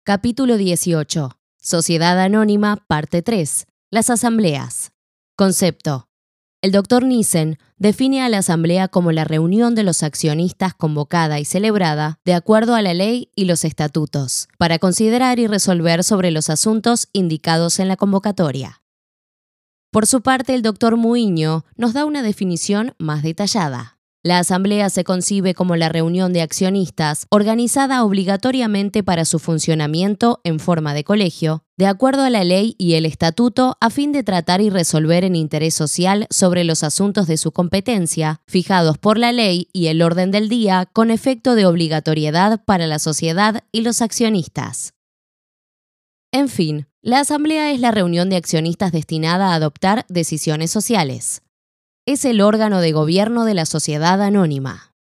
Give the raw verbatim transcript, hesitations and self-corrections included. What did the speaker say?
Capítulo dieciocho. Sociedad Anónima, parte tres. Las asambleas. Concepto. El doctor Nissen define a la asamblea como la reunión de los accionistas convocada y celebrada de acuerdo a la ley y los estatutos, para considerar y resolver sobre los asuntos indicados en la convocatoria. Por su parte, el doctor Muiño nos da una definición más detallada. La asamblea se concibe como la reunión de accionistas organizada obligatoriamente para su funcionamiento en forma de colegio, de acuerdo a la ley y el estatuto, a fin de tratar y resolver en interés social sobre los asuntos de su competencia, fijados por la ley y el orden del día, con efecto de obligatoriedad para la sociedad y los accionistas. En fin, la asamblea es la reunión de accionistas destinada a adoptar decisiones sociales. Es el órgano de gobierno de la sociedad anónima.